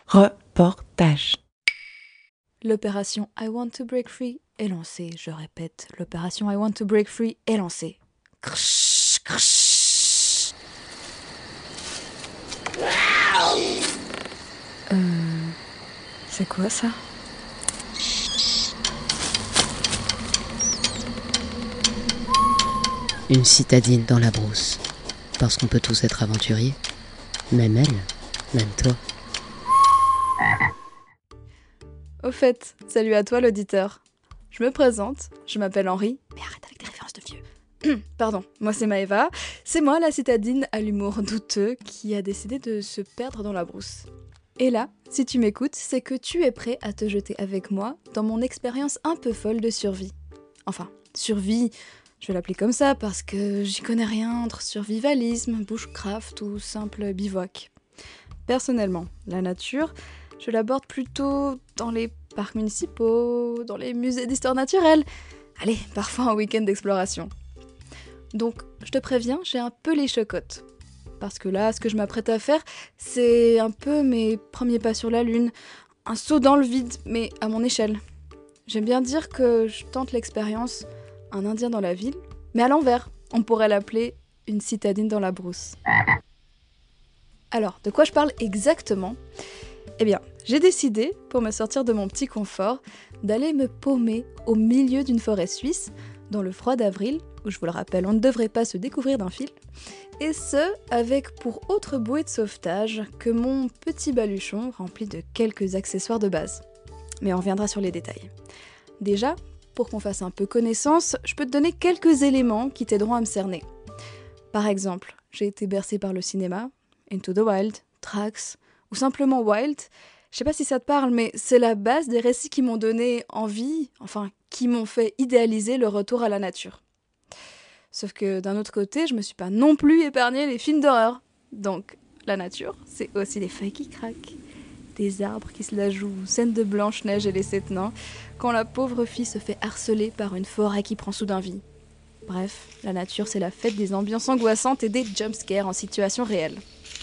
Reportage. L'opération I Want to Break Free est lancée. Je répète, l'opération I Want to Break Free est lancée. Crsh, crsh. C'est quoi ça ? Une citadine dans la brousse. Parce qu'on peut tous être aventuriers. Même elle, même toi. Au fait, salut à toi l'auditeur. Je me présente, je m'appelle Henri, mais arrête avec des références de vieux. Pardon, moi c'est Maëva, c'est moi la citadine à l'humour douteux qui a décidé de se perdre dans la brousse. Et là, si tu m'écoutes, c'est que tu es prêt à te jeter avec moi dans mon expérience un peu folle de survie. Enfin, survie, je vais l'appeler comme ça parce que j'y connais rien entre survivalisme, bushcraft ou simple bivouac. Personnellement, la nature, je l'aborde plutôt dans les parcs municipaux, dans les musées d'histoire naturelle. Allez, parfois un week-end d'exploration. Donc, je te préviens, j'ai un peu les chocottes. Parce que là, ce que je m'apprête à faire, c'est un peu mes premiers pas sur la Lune. Un saut dans le vide, mais à mon échelle. J'aime bien dire que je tente l'expérience, un Indien dans la ville, mais à l'envers. On pourrait l'appeler une citadine dans la brousse. Alors, de quoi je parle exactement ? Eh bien, j'ai décidé, pour me sortir de mon petit confort, d'aller me paumer au milieu d'une forêt suisse, dans le froid d'avril, où je vous le rappelle, on ne devrait pas se découvrir d'un fil, et ce, avec pour autre bouée de sauvetage que mon petit baluchon rempli de quelques accessoires de base. Mais on reviendra sur les détails. Déjà, pour qu'on fasse un peu connaissance, je peux te donner quelques éléments qui t'aideront à me cerner. Par exemple, j'ai été bercée par le cinéma, Into the Wild, Tracks, ou simplement Wild. Je sais pas si ça te parle, mais c'est la base des récits qui m'ont donné envie, enfin, qui m'ont fait idéaliser le retour à la nature. Sauf que d'un autre côté, je me suis pas non plus épargné les films d'horreur. Donc, la nature, c'est aussi les feuilles qui craquent, des arbres qui se la jouent, scène de Blanche-Neige et les 7 nains, quand la pauvre fille se fait harceler par une forêt qui prend soudain vie. Bref, la nature, c'est la fête des ambiances angoissantes et des jumpscares en situation réelle.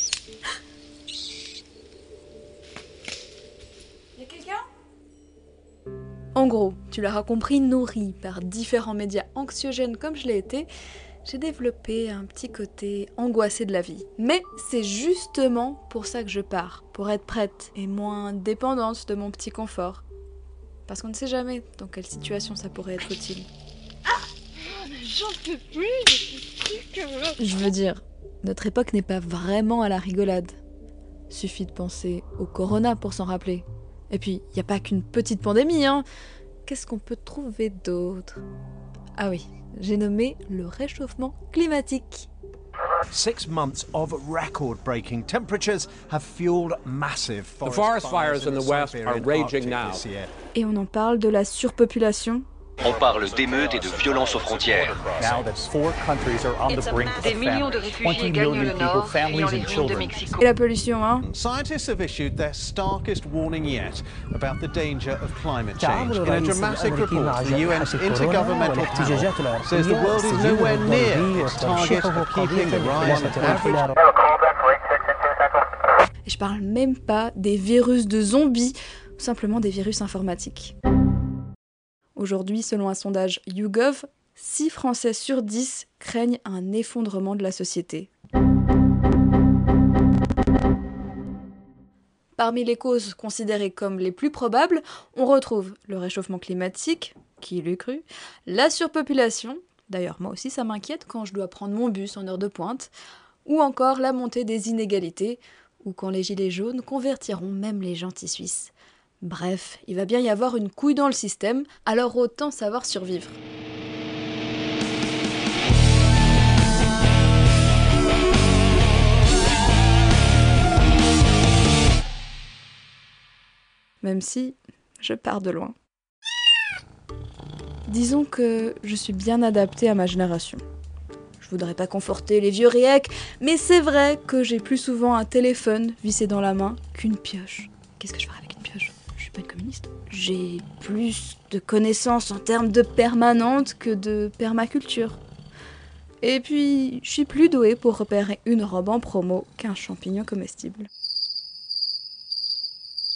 En gros, tu l'auras compris, nourrie par différents médias anxiogènes comme je l'ai été, j'ai développé un petit côté angoissé de la vie. Mais c'est justement pour ça que je pars, pour être prête et moins dépendante de mon petit confort. Parce qu'on ne sait jamais dans quelle situation ça pourrait être utile. J'en peux plus. Je veux dire, notre époque n'est pas vraiment à la rigolade. Suffit de penser au corona pour s'en rappeler. Et puis, il n'y a pas qu'une petite pandémie, hein. Qu'est-ce qu'on peut trouver d'autre ? Ah oui, j'ai nommé le réchauffement climatique. 6 months of record-breaking temperatures have fueled massive The forest fires in the West are raging now. Et on en parle de la surpopulation. On parle d'émeutes et de violences aux frontières. Des millions de réfugiés gagnent le nord, fuyant les ruines de Mexico. Et la pollution, hein ? Scientists have issued their starkest warning yet about the danger of climate change. In a dramatic report, the UN's Intergovernmental Panel says the world is nowhere near its target of keeping the rise of average. Et je parle même pas des virus de zombies, ou simplement des virus informatiques. Aujourd'hui, selon un sondage YouGov, 6 Français sur 10 craignent un effondrement de la société. Parmi les causes considérées comme les plus probables, on retrouve le réchauffement climatique, qui l'eût cru, la surpopulation, d'ailleurs moi aussi ça m'inquiète quand je dois prendre mon bus en heure de pointe, ou encore la montée des inégalités, ou quand les gilets jaunes convertiront même les gentils Suisses. Bref, il va bien y avoir une couille dans le système, alors autant savoir survivre. Même si je pars de loin. Disons que je suis bien adaptée à ma génération. Je voudrais pas conforter les vieux réacs, mais c'est vrai que j'ai plus souvent un téléphone vissé dans la main qu'une pioche. Qu'est-ce que je ferais avec une pioche ? Je suis pas une communiste. J'ai plus de connaissances en termes de permanente que de permaculture. Et puis, je suis plus douée pour repérer une robe en promo qu'un champignon comestible.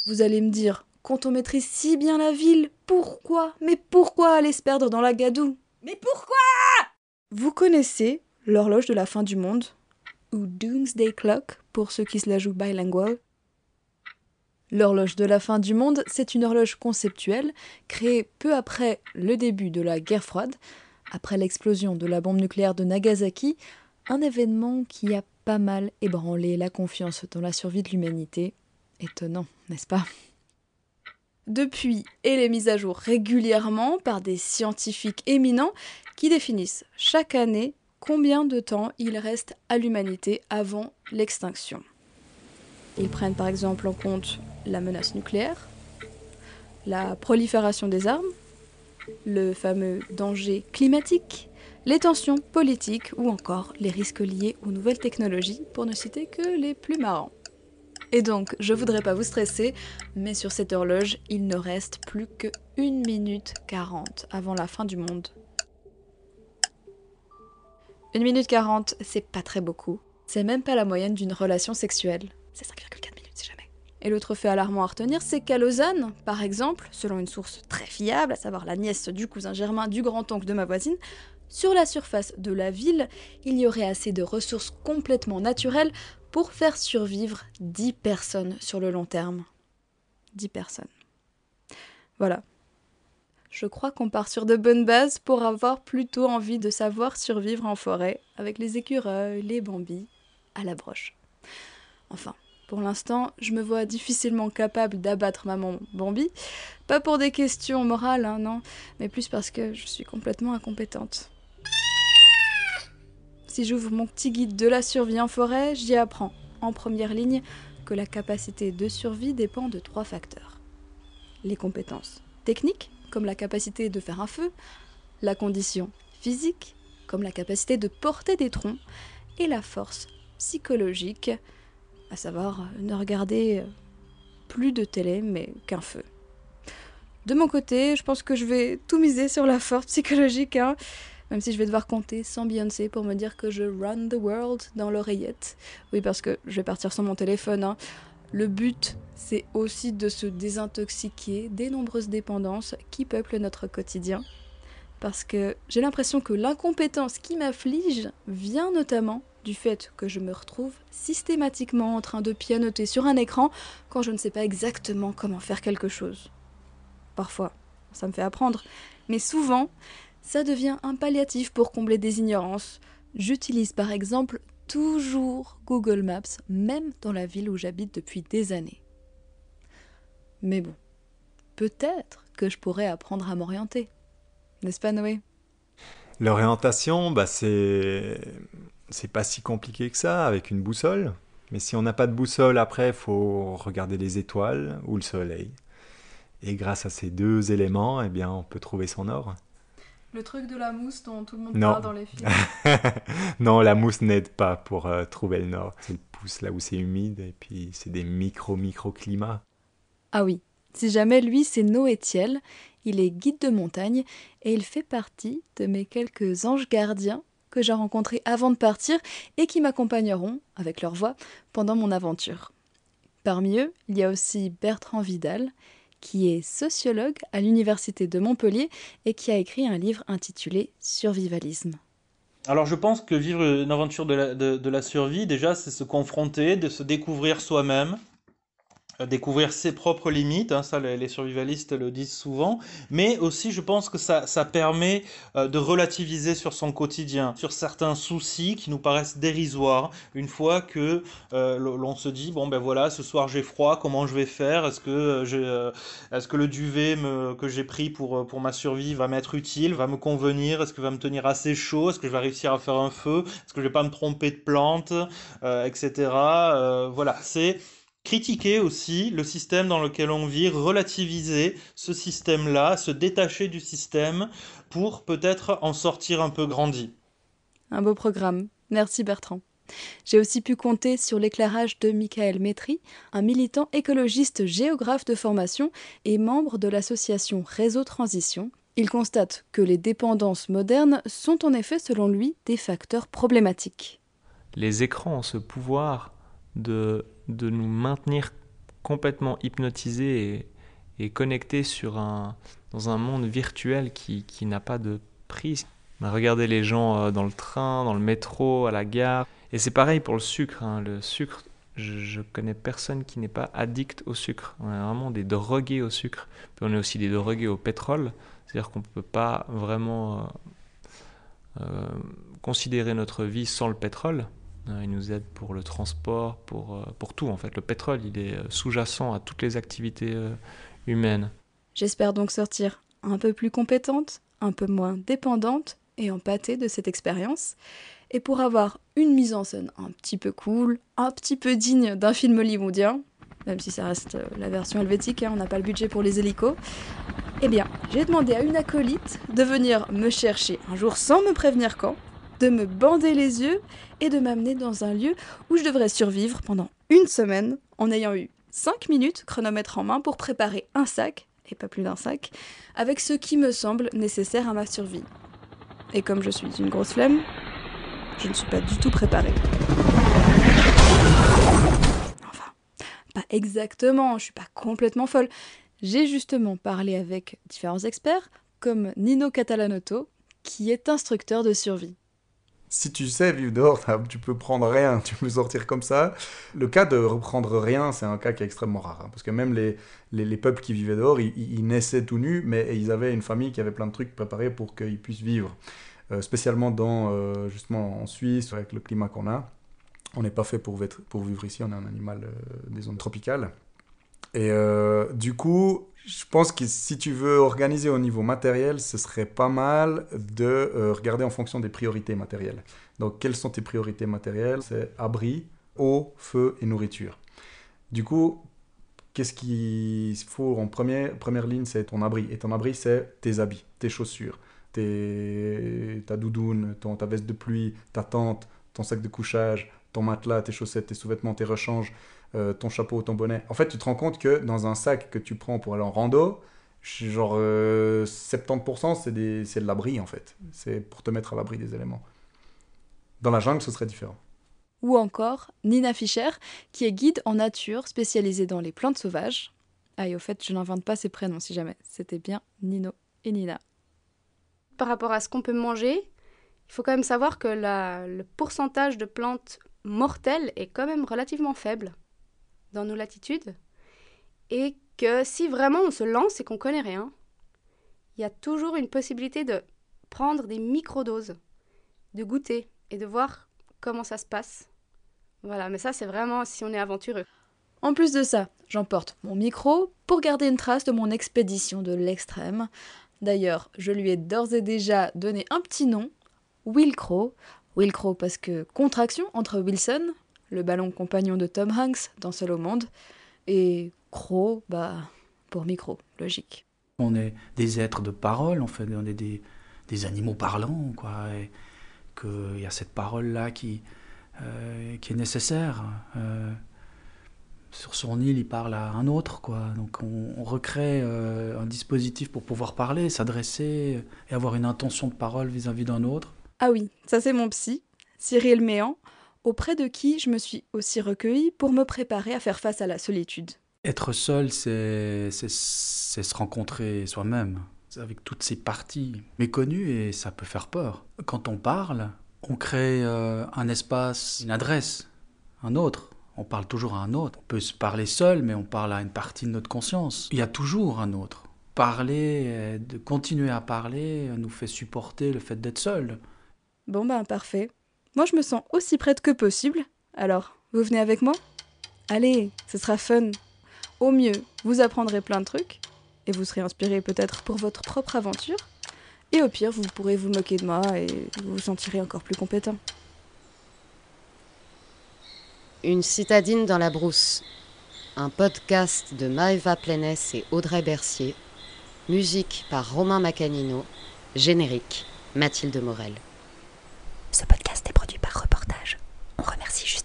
Vous allez me dire, quand on maîtrise si bien la ville, pourquoi aller se perdre dans la gadoue? Mais pourquoi? Vous connaissez l'horloge de la fin du monde, ou Doomsday Clock pour ceux qui se la jouent bilingual? L'horloge de la fin du monde, c'est une horloge conceptuelle créée peu après le début de la guerre froide, après l'explosion de la bombe nucléaire de Nagasaki, un événement qui a pas mal ébranlé la confiance dans la survie de l'humanité. Étonnant, n'est-ce pas? Depuis, elle est mise à jour régulièrement par des scientifiques éminents qui définissent chaque année combien de temps il reste à l'humanité avant l'extinction. Ils prennent par exemple en compte la menace nucléaire, la prolifération des armes, le fameux danger climatique, les tensions politiques ou encore les risques liés aux nouvelles technologies, pour ne citer que les plus marrants. Et donc, je voudrais pas vous stresser, mais sur cette horloge, il ne reste plus que 1 minute 40 avant la fin du monde. 1 minute 40, c'est pas très beaucoup. C'est même pas la moyenne d'une relation sexuelle. C'est 5,4 minutes si jamais. Et l'autre fait alarmant à retenir, c'est qu'à Lausanne, par exemple, selon une source très fiable, à savoir la nièce du cousin germain du grand-oncle de ma voisine, sur la surface de la ville, il y aurait assez de ressources complètement naturelles pour faire survivre 10 personnes sur le long terme. 10 personnes. Voilà. Je crois qu'on part sur de bonnes bases pour avoir plutôt envie de savoir survivre en forêt, avec les écureuils, les bambis, à la broche. Enfin, pour l'instant, je me vois difficilement capable d'abattre maman Bambi. Pas pour des questions morales, hein, non, mais plus parce que je suis complètement incompétente. Si j'ouvre mon petit guide de la survie en forêt, j'y apprends, en première ligne, que la capacité de survie dépend de 3 facteurs. Les compétences techniques, comme la capacité de faire un feu, la condition physique, comme la capacité de porter des troncs, et la force psychologique, à savoir ne regarder plus de télé, mais qu'un feu. De mon côté, je pense que je vais tout miser sur la force psychologique, hein. Même si je vais devoir compter sans Beyoncé pour me dire que je run the world dans l'oreillette. Oui, parce que je vais partir sans mon téléphone, hein. Le but, c'est aussi de se désintoxiquer des nombreuses dépendances qui peuplent notre quotidien. Parce que j'ai l'impression que l'incompétence qui m'afflige vient notamment du fait que je me retrouve systématiquement en train de pianoter sur un écran quand je ne sais pas exactement comment faire quelque chose. Parfois, ça me fait apprendre, mais souvent, ça devient un palliatif pour combler des ignorances. J'utilise par exemple toujours Google Maps, même dans la ville où j'habite depuis des années. Mais bon, peut-être que je pourrais apprendre à m'orienter. N'est-ce pas, Noé? L'orientation, c'est pas si compliqué que ça, avec une boussole. Mais si on n'a pas de boussole, après, il faut regarder les étoiles ou le soleil. Et grâce à ces 2 éléments, eh bien, on peut trouver son or. Le truc de la mousse dont tout le monde parle dans les films. Non, la mousse n'aide pas pour trouver le nord. Elle pousse là où c'est humide et puis c'est des micro-climats. Ah oui, si jamais lui c'est Noé Thiel, il est guide de montagne et il fait partie de mes quelques anges gardiens que j'ai rencontrés avant de partir et qui m'accompagneront, avec leur voix, pendant mon aventure. Parmi eux, il y a aussi Bertrand Vidal, qui est sociologue à l'université de Montpellier et qui a écrit un livre intitulé « Survivalisme ». Alors je pense que vivre une aventure de la survie, déjà, c'est se confronter, de se découvrir soi-même, découvrir ses propres limites, hein, ça les survivalistes le disent souvent, mais aussi je pense que ça permet de relativiser sur son quotidien, sur certains soucis qui nous paraissent dérisoires, une fois que l'on se dit, bon ben voilà, ce soir j'ai froid, comment je vais faire, est-ce que le duvet que j'ai pris pour ma survie va m'être utile, va me convenir, est-ce que va me tenir assez chaud, est-ce que je vais réussir à faire un feu, est-ce que je vais pas me tromper de plante, etc. Voilà, c'est critiquer aussi le système dans lequel on vit, relativiser ce système-là, se détacher du système pour peut-être en sortir un peu grandi. Un beau programme. Merci Bertrand. J'ai aussi pu compter sur l'éclairage de Michael Métry, un militant écologiste géographe de formation et membre de l'association Réseau Transition. Il constate que les dépendances modernes sont en effet, selon lui, des facteurs problématiques. Les écrans ont ce pouvoir de nous maintenir complètement hypnotisé et connecté dans un monde virtuel qui n'a pas de prise. Regardez les gens dans le train, dans le métro, à la gare. Et c'est pareil pour le sucre. Le sucre, je connais personne qui n'est pas addict au sucre. On est vraiment des drogués au sucre. Puis on est aussi des drogués au pétrole. C'est-à-dire qu'on ne peut pas vraiment considérer notre vie sans le pétrole. Il nous aide pour le transport, pour tout en fait. Le pétrole, il est sous-jacent à toutes les activités humaines. J'espère donc sortir un peu plus compétente, un peu moins dépendante et empâtée de cette expérience. Et pour avoir une mise en scène un petit peu cool, un petit peu digne d'un film hollywoodien, même si ça reste la version helvétique, on n'a pas le budget pour les hélicos, eh bien, j'ai demandé à une acolyte de venir me chercher un jour sans me prévenir quand, de me bander les yeux et de m'amener dans un lieu où je devrais survivre pendant une semaine en ayant eu 5 minutes, chronomètre en main, pour préparer un sac, et pas plus d'un sac, avec ce qui me semble nécessaire à ma survie. Et comme je suis une grosse flemme, je ne suis pas du tout préparée. Enfin, pas exactement, je suis pas complètement folle. J'ai justement parlé avec différents experts, comme Nino Catalanotto, qui est instructeur de survie. Si tu sais vivre dehors, tu peux prendre rien, tu peux sortir comme ça. Le cas de reprendre rien, c'est un cas qui est extrêmement rare. Parce que même les peuples qui vivaient dehors, ils naissaient tout nus, mais ils avaient une famille qui avait plein de trucs préparés pour qu'ils puissent vivre. Spécialement justement en Suisse, avec le climat qu'on a. On n'est pas fait pour vivre ici, on est un animal des zones tropicales. Et du coup, je pense que si tu veux organiser au niveau matériel, ce serait pas mal de regarder en fonction des priorités matérielles. Donc, quelles sont tes priorités matérielles ? C'est abri, eau, feu et nourriture. Du coup, qu'est-ce qu'il faut en première ligne ? C'est ton abri. Et ton abri, c'est tes habits, tes chaussures, ta doudoune, ta veste de pluie, ta tente, ton sac de couchage, ton matelas, tes chaussettes, tes sous-vêtements, tes rechanges, ton chapeau, ton bonnet. En fait, tu te rends compte que dans un sac que tu prends pour aller en rando, genre 70% c'est de l'abri en fait. C'est pour te mettre à l'abri des éléments. Dans la jungle, ce serait différent. Ou encore Nina Fischer, qui est guide en nature spécialisée dans les plantes sauvages. Ah, et au fait, je n'invente pas ces prénoms si jamais. C'était bien Nino et Nina. Par rapport à ce qu'on peut manger, il faut quand même savoir que le pourcentage de plantes mortelles est quand même relativement faible dans nos latitudes, et que si vraiment on se lance et qu'on connaît rien, il y a toujours une possibilité de prendre des microdoses, de goûter et de voir comment ça se passe. Voilà, mais ça c'est vraiment si on est aventureux. En plus de ça, j'emporte mon micro pour garder une trace de mon expédition de l'extrême. D'ailleurs, je lui ai d'ores et déjà donné un petit nom, Wilcrow. Wilcrow parce que contraction entre Wilson, le ballon compagnon de Tom Hanks dans Seul au monde, et Crow, pour micro, logique. On est des êtres de parole, en fait, on est des animaux parlants, quoi, et qu'il y a cette parole-là qui est nécessaire. Sur son île, il parle à un autre, quoi. Donc on recrée un dispositif pour pouvoir parler, s'adresser et avoir une intention de parole vis-à-vis d'un autre. Ah oui, ça c'est mon psy, Cyril Méhan, auprès de qui je me suis aussi recueillie pour me préparer à faire face à la solitude. Être seul, c'est se rencontrer soi-même, avec toutes ces parties méconnues, et ça peut faire peur. Quand on parle, on crée un espace, une adresse, un autre. On parle toujours à un autre. On peut se parler seul, mais on parle à une partie de notre conscience. Il y a toujours un autre. Parler, de continuer à parler, nous fait supporter le fait d'être seul. Bon parfait. Moi je me sens aussi prête que possible. Alors, vous venez avec moi ? Allez, ce sera fun. Au mieux, vous apprendrez plein de trucs, et vous serez inspiré peut-être pour votre propre aventure. Et au pire, vous pourrez vous moquer de moi et vous vous sentirez encore plus compétent. Une citadine dans la brousse. Un podcast de Maëva Plénès et Audrey Bercier. Musique par Romain Macanino. Générique, Mathilde Morel. Ce podcast est produit par Reportage. On remercie juste